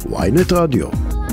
ynet רדיו.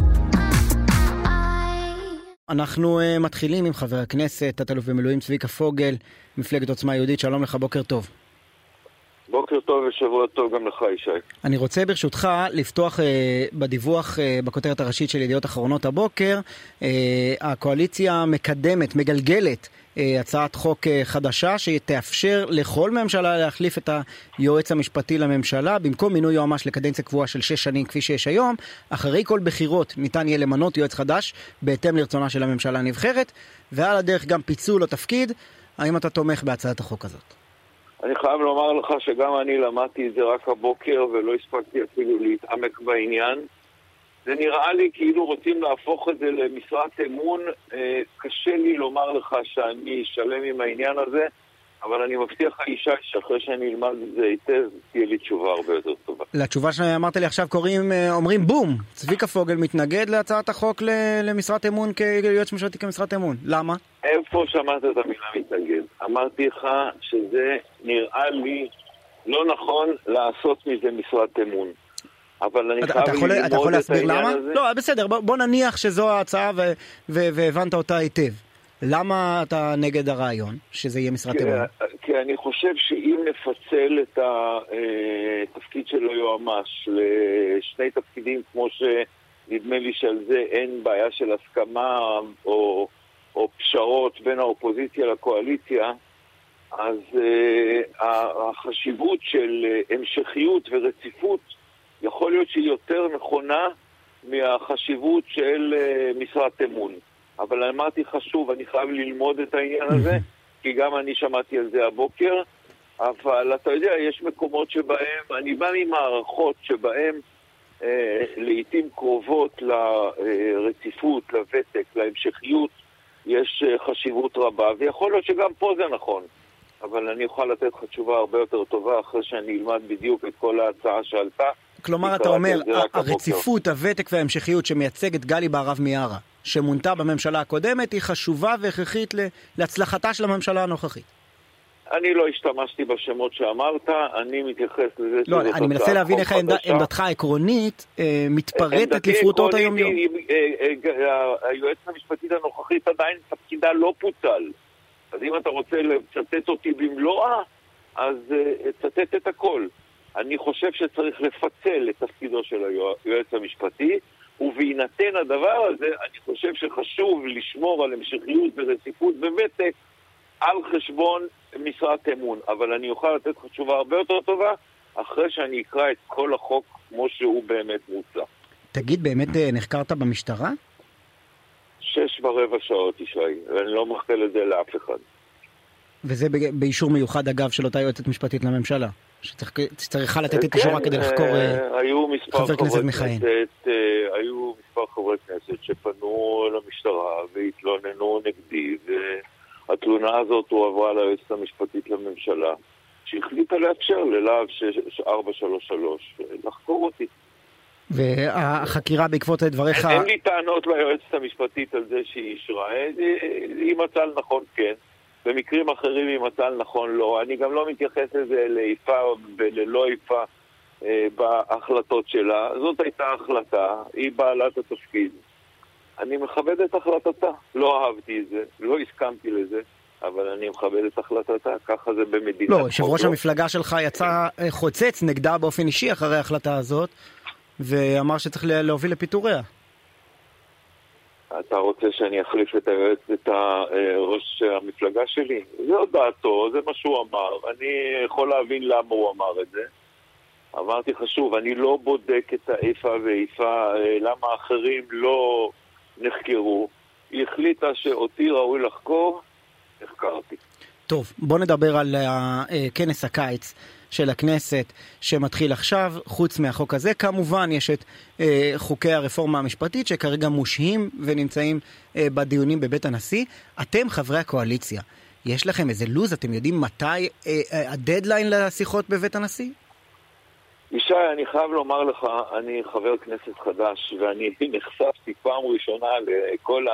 אנחנו מתחילים עם חבר הכנסת, תת-אלוף במילואים צביקה פוגל, מפלגת עוצמה יהודית. שלום לך, בוקר טוב. בוקר טוב ושבוע טוב גם לך, ישי. אני רוצה ברשותך לפתוח בדיווח בכותרת הראשית של ידיעות אחרונות הבוקר. הקואליציה מגלגלת הצעת חוק חדשה שתאפשר לכל ממשלה להחליף את היועץ המשפטי לממשלה, במקום מינוי יועמ"ש לקדנציה קבועה של 6 שנים כפי שיש היום. אחרי כל בחירות ניתן יהיה למנות יועץ חדש בהתאם לרצונה של הממשלה הנבחרת, ועל הדרך גם פיצול או תפקיד. האם אתה תומך בהצעת החוק הזאת? אני חייב לומר לך שגם אני למדתי את זה רק הבוקר ולא הספקתי אפילו להתעמק בעניין. זה נראה לי כאילו רוצים להפוך את זה למשרת אמון. קשה לי לומר לך שאני אשלם עם העניין הזה, אבל אני מבטיח לך, ישי, שאחרי שאני אלמד את זה היטב, תהיה לי תשובה הרבה יותר טובה. לתשובה שאמרת לי עכשיו אומרים בום, צביקה פוגל מתנגד להצעת החוק למשרת אמון כיועץ משפטי כמשרת אמון. למה? איפה שמעת את המילה מתנגד? אמרתי לך שזה נראה לי לא נכון לעשות מזה משרת אמון. אבל אני חייב ללמוד את העניין הזה. לא, בסדר, בוא נניח שזו ההצעה והבנת אותה היטב. למה אתה נגד הרעיון שזה יהיה משרת אמון? כי אני חושב שאם נפצל את התפקיד של היועמ"ש לשני תפקידים, כמו שנדמה לי שעל זה אין בעיה של הסכמה או פשרות בין האופוזיציה לקואליציה, אז החשיבות של המשכיות ורציפות יכול להיות שהיא יותר נכונה מהחשיבות של משרת אמון. אבל אמרתי חשוב, אני חייב ללמוד את העניין הזה, כי גם אני שמעתי על זה הבוקר, אבל אתה יודע, יש מקומות שבהם, אני בא ממערכות שבהם לעתים קרובות לרציפות, לוותק, להמשכיות, יש חשיבות רבה, ויכול להיות שגם פה זה נכון. אבל אני אוכל לתת לך תשובה הרבה יותר טובה אחרי שאני אלמד בדיוק את כל ההצעה שעלתה. כלומר, אתה אומר, הרציפות, הוותק וההמשכיות שמייצגת גלי בהרב מיארה, שמונתה בממשלה הקודמת, היא חשובה והכרחית להצלחתה של הממשלה הנוכחית. אני לא השתמשתי בשמות שאמרת, אני מתייחס לזה... לא, אני מנסה להבין איך עמדתך העקרונית מתפרטת לפרוטות היום-יום. היועצת המשפטית הנוכחית עדיין תפקידה לא פוצל. אז אם אתה רוצה לצטט אותי במלואה, אז תצטט את הכל. אני חושב שצריך לפצל את תפקידו של היועץ המשפטי, ובהינתן הדבר הזה, אני חושב שחשוב לשמור על המשכיות ורציפות וותק על חשבון משרת אמון. אבל אני אוכל לתת לך תשובה הרבה יותר טובה, אחרי שאני אקרא את כל החוק כמו שהוא באמת מוצע. תגיד, באמת נחקרת במשטרה? 6.25 שעות, ישי, ואני לא מחכה את זה לאף אחד. וזה באישור מיוחד, אגב, של אותה יועצת משפטית לממשלה, שצריכה לתת את אישורה כדי לחקור חבר כנסת מכהן. היו מספר חברי כנסת שפנו למשטרה והתלוננו נגדי, והתלונה הזאת הועברה ליועצת המשפטית לממשלה, שהחליטה לאפשר ללהב 433 לחקור אותי. והחקירה בעקבות דבריך... אין לי טענות ליועצת המשפטית על זה שהיא אישרה. היא מצא נכון, כן. במקרים אחרים היא מצא נכון, לא. אני גם לא מתייחס לזה לאיפה וללא איפה בהחלטות שלה. זאת הייתה החלטה, היא בעלת התפקיד. אני מכבד את החלטתה. לא אהבתי את זה, לא הסכמתי לזה, אבל אני מכבד את החלטתה. ככה זה במדינת... לא, יושב ראש המפלגה שלך יצא חוצץ נגדה באופן אישי אחרי ההחלטה הזאת, ואמר שצריך להוביל לפיטוריה. אתה רוצה שאני אחליף את היועץ, את ראש המפלגה שלי? זה עוד דעתו, זה מה שהוא אמר. אני יכול להבין למה הוא אמר את זה. אמרתי חשוב, אני לא בודק את האיפה ואיפה, למה האחרים לא נחקרו. היא החליטה שאותי ראוי לחקור, נחקרתי. טוב, בוא נדבר על כנס הקיץ של הכנסת שמתחיל עכשיו. חוץ מהחוק הזה, כמובן יש את חוקי הרפורמה המשפטית שכרגע מושהים ונמצאים בדיונים בבית הנשיא. אתם חברי הקואליציה, יש לכם איזה לוז? אתם יודעים מתי הדדליין לשיחות בבית הנשיא? ישי, אני חייב לומר לך, אני חבר כנסת חדש ואני נחשפתי פעם ראשונה לכל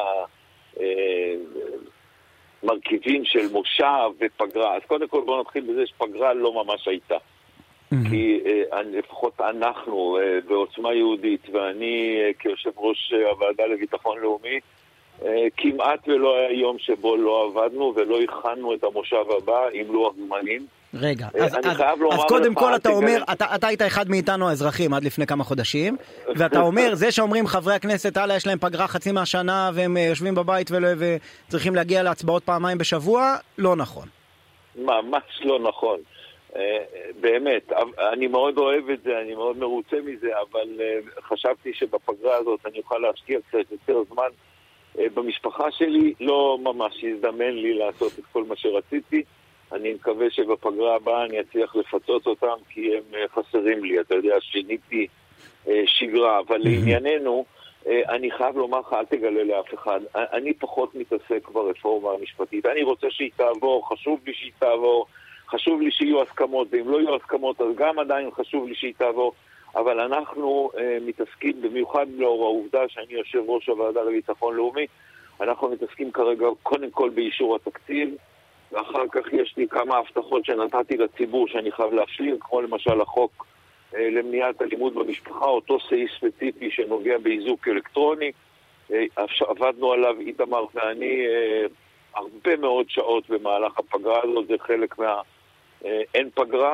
מרכיבים של מושב ופגרה. אז קודם כל בוא נתחיל בזה שפגרה לא ממש הייתה. כי לפחות אנחנו בעוצמה יהודית, ואני כיושב ראש הוועדה לביטחון לאומי, כמעט ולא היה יום שבו לא עבדנו ולא הכנו את המושב הבא עם לוח זמנים. רגע, אז קודם כל אתה אומר, אתה היית אחד מאיתנו האזרחים עד לפני כמה חודשים, ואתה אומר, זה שאומרים חברי הכנסת, יש להם פגרה חצי מהשנה והם יושבים בבית וצריכים להגיע להצבעות פעמיים בשבוע, לא נכון. ממש לא נכון. באמת, אני מאוד אוהב את זה, אני מאוד מרוצה מזה, אבל חשבתי שבפגרה הזאת אני אוכל להשקיע קצת יותר זמן במשפחה שלי. לא ממש הזדמן לי לעשות את כל מה שרציתי. אני מקווה שבפגרה הבאה אני אצליח לפצות אותם, כי הם חסרים לי. אתה יודע, שיניתי שגרה, אבל לענייננו, אני חייב לומר לך, אל תגלה לאף אחד. אני פחות מתעסק ברפורמה המשפטית. אני רוצה שהיא תעבור, חשוב לי שהיא תעבור, חשוב לי שיהיו הסכמות, ואם לא יהיו הסכמות, אז גם עדיין חשוב לי שהיא תעבור. אבל אנחנו מתעסקים, במיוחד לאור העובדה שאני יושב ראש הוועדה לביטחון לאומי, אנחנו מתעסקים כרגע קודם כל באישור התקציב, ואחר כך יש לי כמה הבטחות שנתתי לציבור שאני חייב להשלים, כמו למשל החוק למניעת אלימות במשפחה, אותו סעיף ספציפי שנוגע באיזוק אלקטרוני. עבדנו עליו איתמר ואני הרבה מאוד שעות במהלך הפגרה הזאת, זה חלק אין פגרה,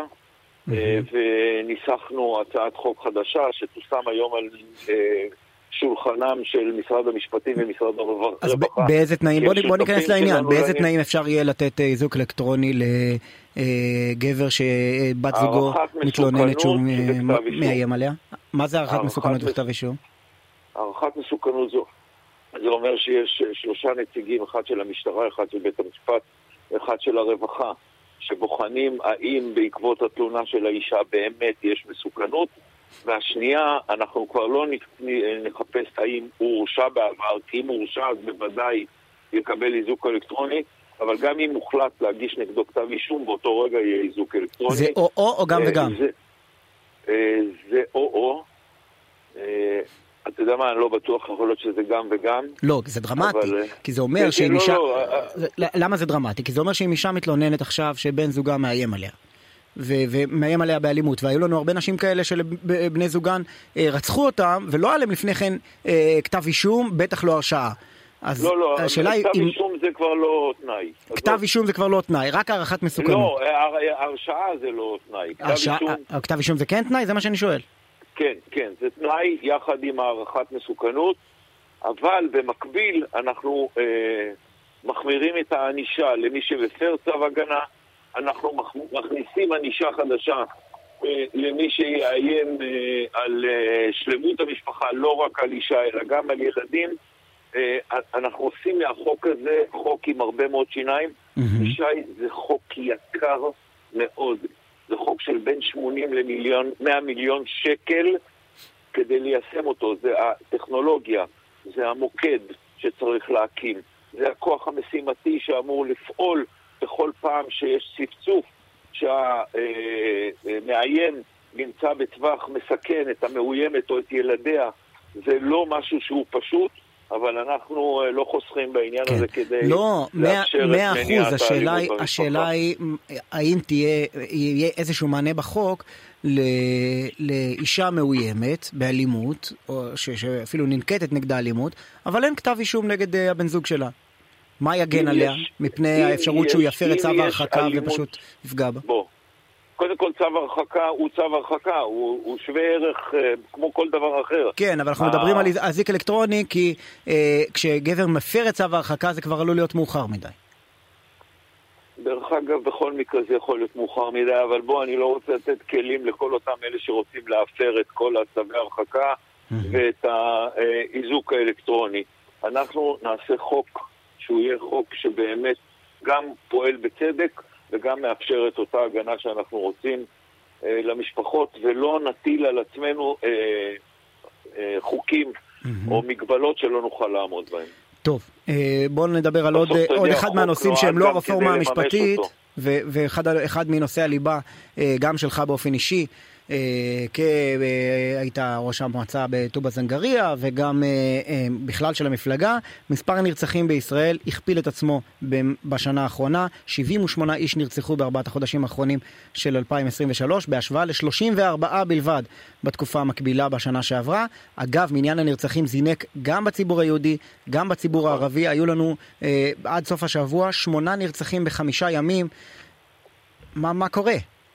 וניסחנו הצעת חוק חדשה שתושם היום על שולחנם של משרד המשפטים ומשרד הרווחה. אז באיזה תנאים, בוא ניכנס לעניין, באיזה תנאים אפשר יהיה לתת איזוק אלקטרוני לגבר שבת זוגו מתלוננת שהוא מאיים עליה? מה זה הערכת מסוכנות בכתב אישום? הערכת מסוכנות זה אומר שיש 3 נציגים, אחד של המשטרה, אחד של בית המשפט, אחד של הרווחה, שבוחנים האם בעקבות התלונה של האישה באמת יש מסוכנות, והשנייה, אנחנו כבר לא נחפש האם הוא הורשע בעבר, כי אם הוא הורשע אז בוודאי יקבל איזוק אלקטרוני, אבל גם אם מוחלט להגיש נגדו כתב אישום, באותו רגע יהיה איזוק אלקטרוני. זה או גם וגם? זה או. אתה יודע מה, אני לא בטוח, יכול להיות שזה גם וגם. לא, זה דרמטי, כי זה אומר שאם אישה... למה זה דרמטי? כי זה אומר שאם אישה מתלוננת עכשיו שבן זוגה מאיים עליה, ומאיים עליה באלימות, והיו לנו הרבה נשים כאלה של בני זוגן רצחו אותם, ולא עליהם לפני כן כתב אישום, בטח לא הרשעה. לא, כתב אישום זה כבר לא תנאי. כתב אישום זה כבר לא תנאי, רק הערכת מסוכנות. לא, הרשעה זה לא תנאי. כתב אישום זה כן תנאי? זה מה שאני שואל. כן, זה תנאי יחד עם הערכת מסוכנות, אבל במקביל אנחנו מחמירים את הענישה למי שמפר צו הגנה, אנחנו מכניסים ענישה חדשה למי שיאיים על שלמות המשפחה, לא רק על אישה אלא גם על ילדים. אנחנו עושים מהחוק הזה חוק עם הרבה מאוד שיניים. אישה זה חוק יקר מאוד, זה חוק של בין 80 ל100 מיליון שקל כדי ליישם אותו. זה הטכנולוגיה, זה המוקד שצריך להקים, זה הכוח המשימתי שאמור לפעול בכל פעם שיש צפצוף שהמאיים נמצא בטווח מסכן את המאוימת או את ילדיה. זה לא משהו שהוא פשוט, אבל אנחנו לא חוסכים בעניין הזה כדי לאפשר את מניעת האלימות במשפחה. השאלה היא, האם יהיה איזשהו מענה בחוק לאישה מאוימת באלימות, או שאפילו ננקטת נגדה אלימות, אבל אין כתב אישום נגד הבן זוג שלה. מה יגן עליה מפני האפשרות שהוא יפר את צו ההרחקה ופשוט יפגע בה? קודם כל צו הרחקה הוא צו הרחקה, הוא שווה ערך כמו כל דבר אחר. כן, אבל אנחנו מדברים על אזיק אלקטרוני, כי כשגבר מפר את צו ההרחקה זה כבר עלול להיות מאוחר מדי. דרך אגב, בכל מקרה זה יכול להיות מאוחר מדי, אבל אני לא רוצה לתת כלים לכל אותם אלה שרוצים להפר את כל צווי ההרחקה ואת האיזוק האלקטרוני. אנחנו נעשה חוק שהוא יהיה חוק שבאמת גם פועל בצדק, וגם מאפשר את אותה הגנה שאנחנו רוצים למשפחות, ולא נטיל על עצמנו חוקים או מגבלות שלא נוכל לעמוד בהם. טוב, בואו נדבר על עוד אחד מהנושאים שהם לא הרפורמה המשפטית, ואחד מנושאי הליבה, גם שלך באופן אישי, היית ראש המועצה בטובא זנגריה וגם בכלל של המפלגה. מספר הנרצחים בישראל הכפיל את עצמו בשנה האחרונה, 78 איש נרצחו בארבעת החודשים האחרונים של 2023, בהשוואה ל-34 בלבד בתקופה המקבילה בשנה שעברה. אגב, מניין הנרצחים זינק גם בציבור היהודי, גם בציבור הערבי. היו לנו עד סוף השבוע 8 נרצחים ב5 ימים. מה קורה?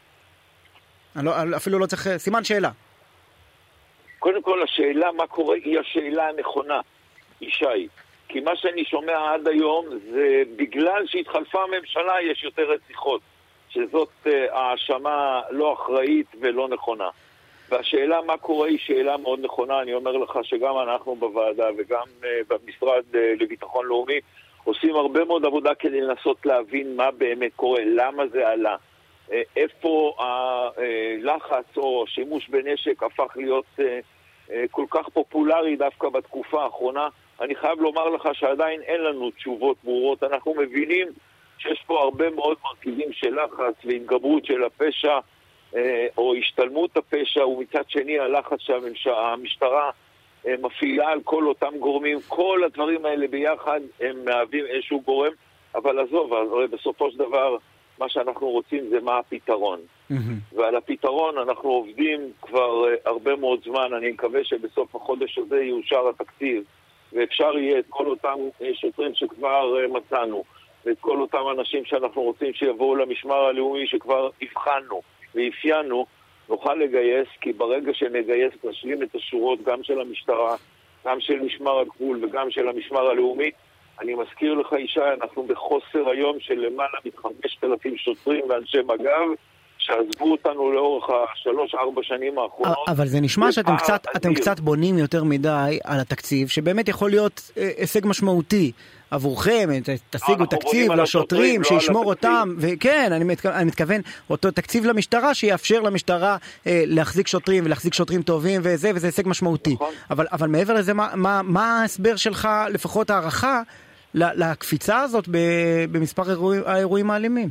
אפילו לא צריך סימן שאלה. קודם כל, השאלה מה קורה היא השאלה הנכונה, ישי. כי מה שאני שומע עד היום זה בגלל שהתחלפה הממשלה יש יותר רציחות, שזאת האשמה לא אחראית ולא נכונה. והשאלה מה קורה היא שאלה מאוד נכונה. אני אומר לך שגם אנחנו בוועדה וגם במשרד לביטחון לאומי עושים הרבה מאוד עבודה כדי לנסות להבין מה באמת קורה, למה זה עלה. איפה הלחץ או שימוש בנשק הפך להיות כל כך פופולרי דווקא בתקופה האחרונה. אני חייב לומר לך שעדיין אין לנו תשובות ברורות. אנחנו מבינים שיש פה הרבה מאוד מרכיבים של לחץ והתגברות של הפשע או השתלמות הפשע, ומצד שני הלחץ שהמשטרה מפעילה על כל אותם גורמים. כל הדברים האלה ביחד הם מהווים איזשהו גורם, אבל עזוב, הרי בסופו של דבר מה שאנחנו רוצים זה מה הפתרון. ועל הפתרון אנחנו עובדים כבר הרבה מאוד זמן. אני מקווה שבסוף החודש הזה יאושר התקציב, ואפשר יהיה את כל אותם שוטרים שכבר מצאנו, ואת כל אותם אנשים שאנחנו רוצים שיבואו למשמר הלאומי שכבר הבחנו ואפיינו, נוכל לגייס, כי ברגע שנגייס נשלים את השורות גם של המשטרה, גם של משמר הגבול וגם של המשמר הלאומי. אני מזכיר לך, ישי, אנחנו בחוסר היום של למעלה מ5,000 שוטרים ואנשי מג"ב שעזבו אותנו לאורך 3-4 שנים האחרונות. אבל זה נשמע שאתם קצת בונים יותר מדי על התקציב, שבאמת יכול להיות הישג משמעותי עבורכם. תשיגו תקציב לשוטרים שישמור אותם, וכן, אני מתכוון אותו תקציב למשטרה שיאפשר למשטרה להחזיק שוטרים ולהחזיק שוטרים טובים וזה הישג משמעותי. אבל מעבר לזה, מה ההסבר שלך, לפחות הערכה לקפיצה הזאת במספר האירועים האלימים?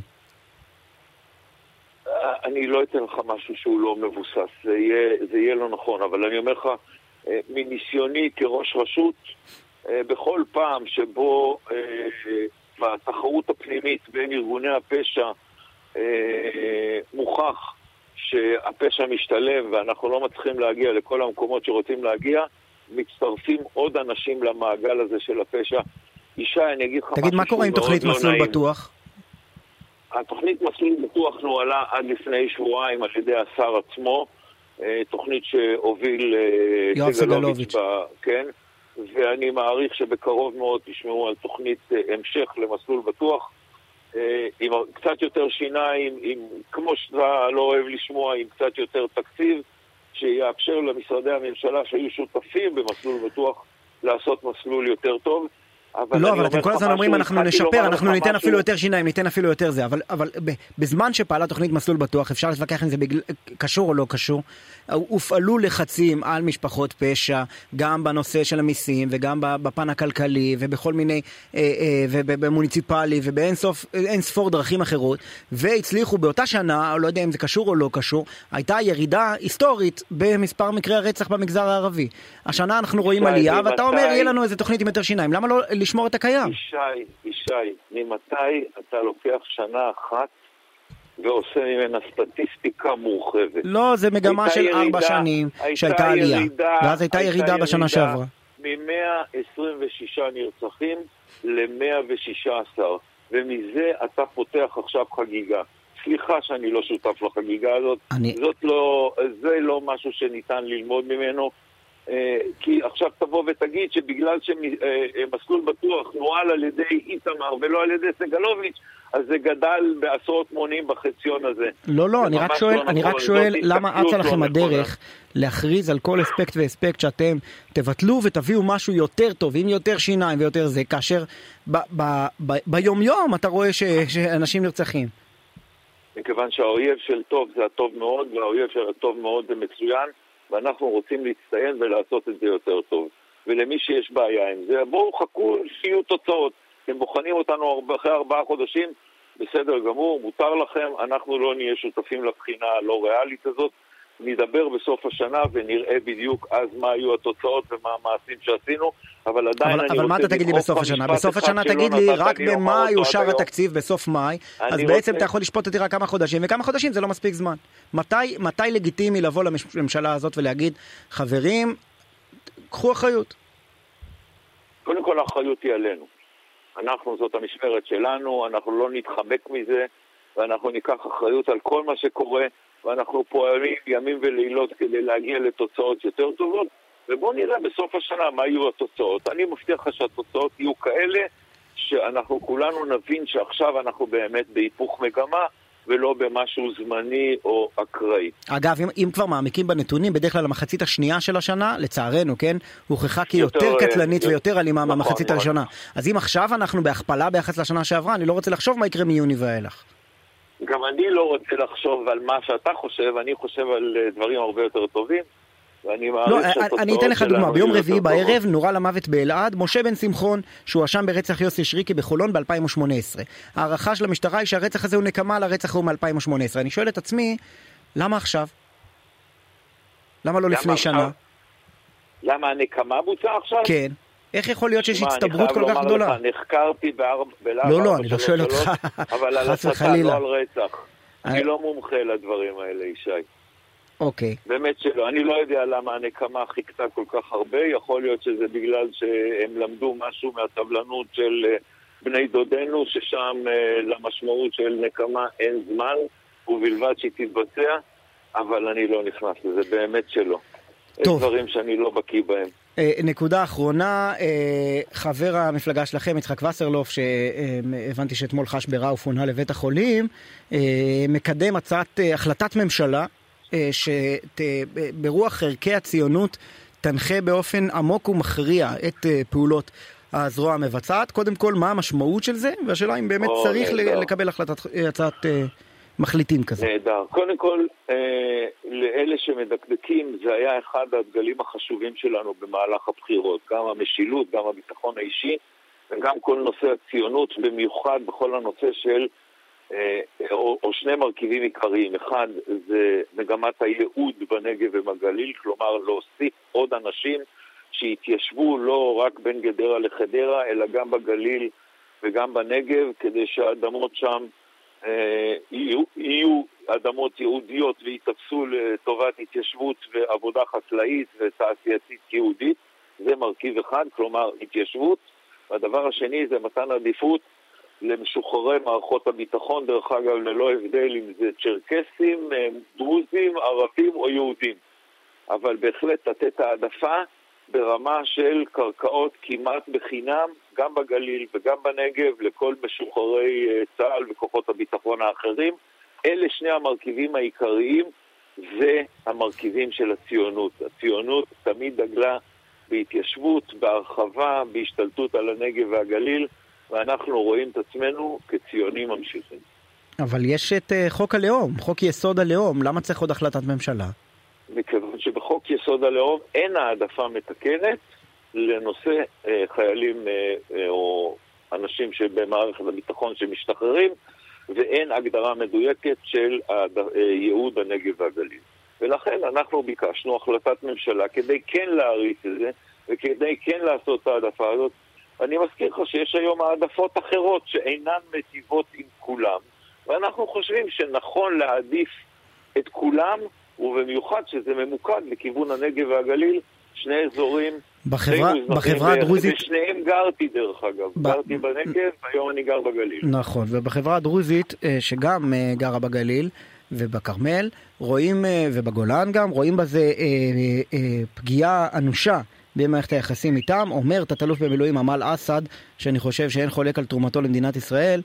אני לא אתן לך משהו שהוא לא מבוסס, זה יהיה לא נכון, אבל אני אומר לך, מניסיוני כראש רשות, בכל פעם שבו בתחרות הפנימית בין ארגוני הפשע מוכח שהפשע משתלם ואנחנו לא מצליחים להגיע לכל המקומות שרוצים להגיע, מצטרפים עוד אנשים למעגל הזה של הפשע. ישי, אני אגיד לך משהו. תגיד, מה קורה עם תוכנית מסלול בטוח? התוכנית מסלול בטוח נועלה עד לפני שבועיים על ידי השר עצמו, תוכנית שהוביל יואב סגלוביץ'. כן, ואני מעריך שבקרוב מאוד תשמעו על תוכנית המשך למסלול בטוח, עם קצת יותר שיניים, כמו שאתה לא אוהב לשמוע, עם קצת יותר תקציב, שיאפשר למשרדי הממשלה שהיו שותפים במסלול בטוח לעשות מסלול יותר טוב. לא, אבל אתם כל הזמן אומרים אנחנו נשפר, אנחנו ניתן אפילו יותר שיניים, ניתן אפילו יותר זה, אבל בזמן שפעלה תוכנית מסלול בטוח, אפשר להתווכח אם זה קשור או לא קשור, הופעלו לחצים על משפחות פשע, גם בנושא של המיסים וגם בפן הכלכלי ובכל מיני, ובמוניציפלי ובאין ספור דרכים אחרות, והצליחו באותה שנה, לא יודע אם זה קשור או לא קשור, הייתה ירידה היסטורית במספר מקרי הרצח במגזר הערבי. השנה אנחנו רואים עלייה, ואתה אומר יהיה לנו איזה תוכנית עם יותר שיניים, למה לא לשמור את הקיים? ישי, ממתי אתה לוקח שנה אחת ועושה ממנה סטטיסטיקה מורחבת? לא, זה מגמה של 4 שנים שהייתה עלייה, ואז הייתה ירידה בשנה שעברה. מ-126 נרצחים ל-116, ומזה אתה פותח עכשיו חגיגה. סליחה שאני לא שותף לחגיגה הזאת, זה לא משהו שניתן ללמוד ממנו, כי עכשיו תבוא ותגיד שבגלל שמסלול בטוח נועל על ידי איתמר ולא על ידי סגלוביץ', אז זה גדל בעשרות מונים בחציון הזה. לא, אני רק שואל למה אצה לכם הדרך להכריז על כל אספקט ואספקט שאתם תבטלו ותביאו משהו יותר טוב, עם יותר שיניים ויותר זה, כאשר ביום יום אתה רואה שאנשים נרצחים. מכיוון שהאויב של טוב זה הטוב מאוד, והאויב של הטוב מאוד זה מצוין, ואנחנו רוצים להצטיין ולעשות את זה יותר טוב. ולמי שיש בעיה עם זה, בואו חכו שיהיו תוצאות. אתם בוחנים אותנו אחרי 4 חודשים, בסדר גמור, מותר לכם, אנחנו לא נהיה שותפים לבחינה הלא ריאלית הזאת, נדבר בסוף השנה ונראה בדיוק אז מה היו התוצאות ומה המעשים שעשינו, אבל עדיין אבל מה אתה תגיד לי בסוף השנה? בסוף השנה תגיד לי רק במאי אושר התקציב בסוף מאי, אז בעצם אתה יכול לשפוט אותי רק כמה חודשים, וכמה חודשים זה לא מספיק זמן. מתי לגיטימי לבוא לממשלה הזאת ולהגיד, חברים, קחו אחריות? קודם כל האחריות היא עלינו. אנחנו, זאת המשמרת שלנו, אנחנו לא נתחמק מזה, ואנחנו ניקח אחריות על כל מה שקורה, ואנחנו פועלים ימים ולילות כדי להגיע לתוצאות יותר טובות, ובואו נראה בסוף השנה מה יהיו התוצאות. אני מבטיח לך שהתוצאות יהיו כאלה, שאנחנו כולנו נבין שעכשיו אנחנו באמת בהיפוך מגמה, ולא במשהו זמני או אקראי. אגב, אם כבר מעמיקים בנתונים, בדרך כלל המחצית השנייה של השנה, לצערנו, כן, הוכחה כיותר קטלנית ויותר אלימה מהמחצית הראשונה. אז אם עכשיו אנחנו בהכפלה ביחס לשנה שעברה, אני לא רוצה לחשוב מה יקרה מיוני ואילך. גם אני לא רוצה לחשוב על מה שאתה חושב, אני חושב על דברים הרבה יותר טובים, לא, אני אתן לך דוגמה. ביום רביעי בערב נורה למוות באלעד משה בן שמחון, שהואשם ברצח יוסי שריקי בחולון ב-2018. הערכה של המשטרה היא שהרצח הזה הוא נקמה לרצח הוא מ-2018. אני שואל את עצמי, למה עכשיו? למה לא לפני שנה? למה הנקמה בוצעה עכשיו? כן. איך יכול להיות שיש הצטברות כל כך גדולה? נחקרתי לא, אני לא שואל אותך. אבל על הסתה, לא על רצח. אני לא מומחה לדברים האלה, ישי. אוקיי. באמת שלא. אני לא יודע למה הנקמה חיכתה כל כך הרבה. יכול להיות שזה בגלל שהם למדו משהו מהסבלנות של בני דודנו, ששם למשמעות של נקמה אין זמן, ובלבד שהיא תתבצע, אבל אני לא נכנס לזה. באמת שלא. טוב. דברים שאני לא בקיא בהם. נקודה אחרונה, חבר המפלגה שלכם, יצחק וסרלוף, שהבנתי שאתמול חש ברע ופונה לבית החולים, מקדם החלטת ממשלה, שברוח ערכי הציונות תנחה באופן עמוק ומכריע את פעולות הזרוע המבצעת. קודם כל, מה המשמעות של זה? והשאלה אם באמת צריך לקבל הצעת מחליטים כזה. נהדר. קודם כל, לאלה שמדקדקים, זה היה אחד הדגלים החשובים שלנו במהלך הבחירות. גם המשילות, גם הביטחון האישי, וגם כל נושא הציונות, במיוחד בכל הנושא של או שני מרכיבים עיקריים. אחד זה מגמת הייעוד בנגב ובגליל, כלומר להוסיף עוד אנשים שהתיישבו לא רק בין גדרה לחדרה, אלא גם בגליל וגם בנגב, כדי שהאדמות שם יהיו אדמות יהודיות ויתפסו לטובת התיישבות ועבודה חקלאית ותעשייתית יהודית. זה מרכיב אחד, כלומר התיישבות. והדבר השני זה מתן עדיפות למשוחררי מערכות הביטחון, דרך אגב ללא הבדל אם זה צ'רקסים, דרוזים, ערבים או יהודים. אבל בהחלט לתת העדפה ברמה של קרקעות כמעט בחינם, גם בגליל וגם בנגב, לכל משוחררי צה"ל וכוחות הביטחון האחרים. אלה שני המרכיבים העיקריים, זה המרכיבים של הציונות. הציונות תמיד דגלה בהתיישבות, בהרחבה, בהשתלטות על הנגב והגליל, ואנחנו רואים את עצמנו כציונים ממשיכים. אבל יש את חוק הלאום, חוק יסוד הלאום. למה צריך עוד החלטת ממשלה? מכיוון שבחוק יסוד הלאום אין העדפה מתקנת לנושא חיילים או אנשים שבמערכת הביטחון שמשתחררים, ואין הגדרה מדויקת של ייעוד הנגב והגליל. ולכן אנחנו ביקשנו החלטת ממשלה כדי כן להריץ את זה, וכדי כן לעשות את העדפה הזאת. אני מזכיר לך שיש היום העדפות אחרות שאינן מטיבות עם כולם, ואנחנו חושבים שנכון להעדיף את כולם, ובמיוחד שזה ממוקד לכיוון הנגב והגליל, שני אזורים בחברה הדרוזית, ושניהם גרתי דרך אגב, גרתי בנגב, היום אני גר בגליל. נכון, ובחברה הדרוזית שגם גרה בגליל ובקרמל, רואים, ובגולן גם, רואים בזה פגיעה אנושה במערכת היחסים איתם. אומר תת-אלוף במילואים אמל אסד, שאני חושב שאין חולק על תרומתו למדינת ישראל,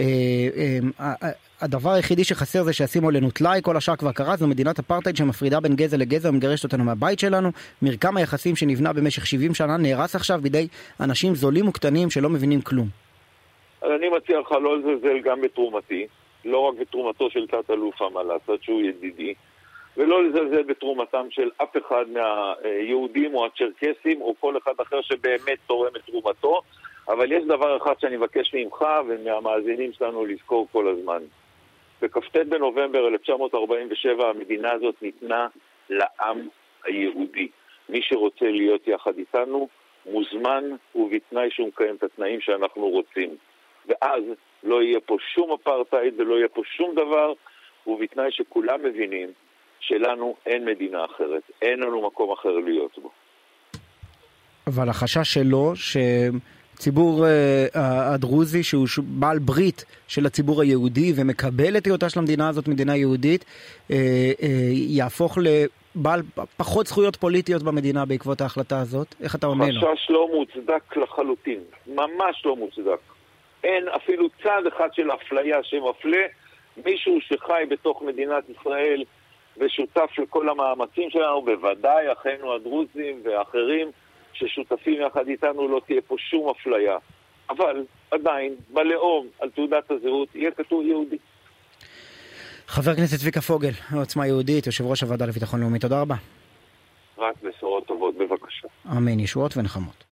הדבר היחידי שחסר זה שישימו עלינו טלאי, כל השאר כבר קרה, זו מדינת אפרטהייד שמפרידה בין גזע לגזע ומגרשת אותנו מהבית שלנו. מרקם היחסים שנבנה במשך 70 שנה נהרס עכשיו בידי אנשים זולים וקטנים שלא מבינים כלום. אני מציע לך לא לזלזל גם בתרומתי, לא רק בתרומתו של תת-אלוף אמל אסד שהוא ידידי, ולא לזלזל בתרומתם של אף אחד מהיהודים או הצ'רקסים או כל אחד אחר שבאמת תורם את תרומתו. אבל יש דבר אחד שאני מבקש ממך ומהמאזינים שלנו לזכור כל הזמן. בכ"ט בנובמבר 1947 המדינה הזאת ניתנה לעם היהודי. מי שרוצה להיות יחד איתנו מוזמן, ובתנאי שהוא מקיים את התנאים שאנחנו רוצים. ואז לא יהיה פה שום אפרטהייד ולא יהיה פה שום דבר, ובתנאי שכולם מבינים שלנו אין מדינה אחרת, אין לנו מקום אחר להיות בו. אבל החשש שלו שציבור הדרוזי, שהוא בעל ברית של הציבור היהודי ומקבל את היותה של המדינה הזאת מדינה יהודית, יהפוך לבעל פחות זכויות פוליטיות במדינה בעקבות ההחלטה הזאת. איך אתה עונה לו? חשש לא מוצדק לחלוטין, ממש לא מוצדק. אין אפילו צעד אחד של אפליה שמפלה מישהו שחי בתוך מדינת ישראל ושותף לכל המאמצים שלנו, בוודאי אחינו הדרוזים ואחרים ששותפים יחד איתנו, לא תהיה פה שום אפליה. אבל עדיין, בלאום, על תעודת הזהות, יהיה כתוב יהודי. חבר הכנסת צביקה פוגל, עוצמה יהודית, יושב ראש הוועדה לביטחון לאומי, תודה רבה. רק בשורות טובות, בבקשה. אמן, ישועות ונחמות.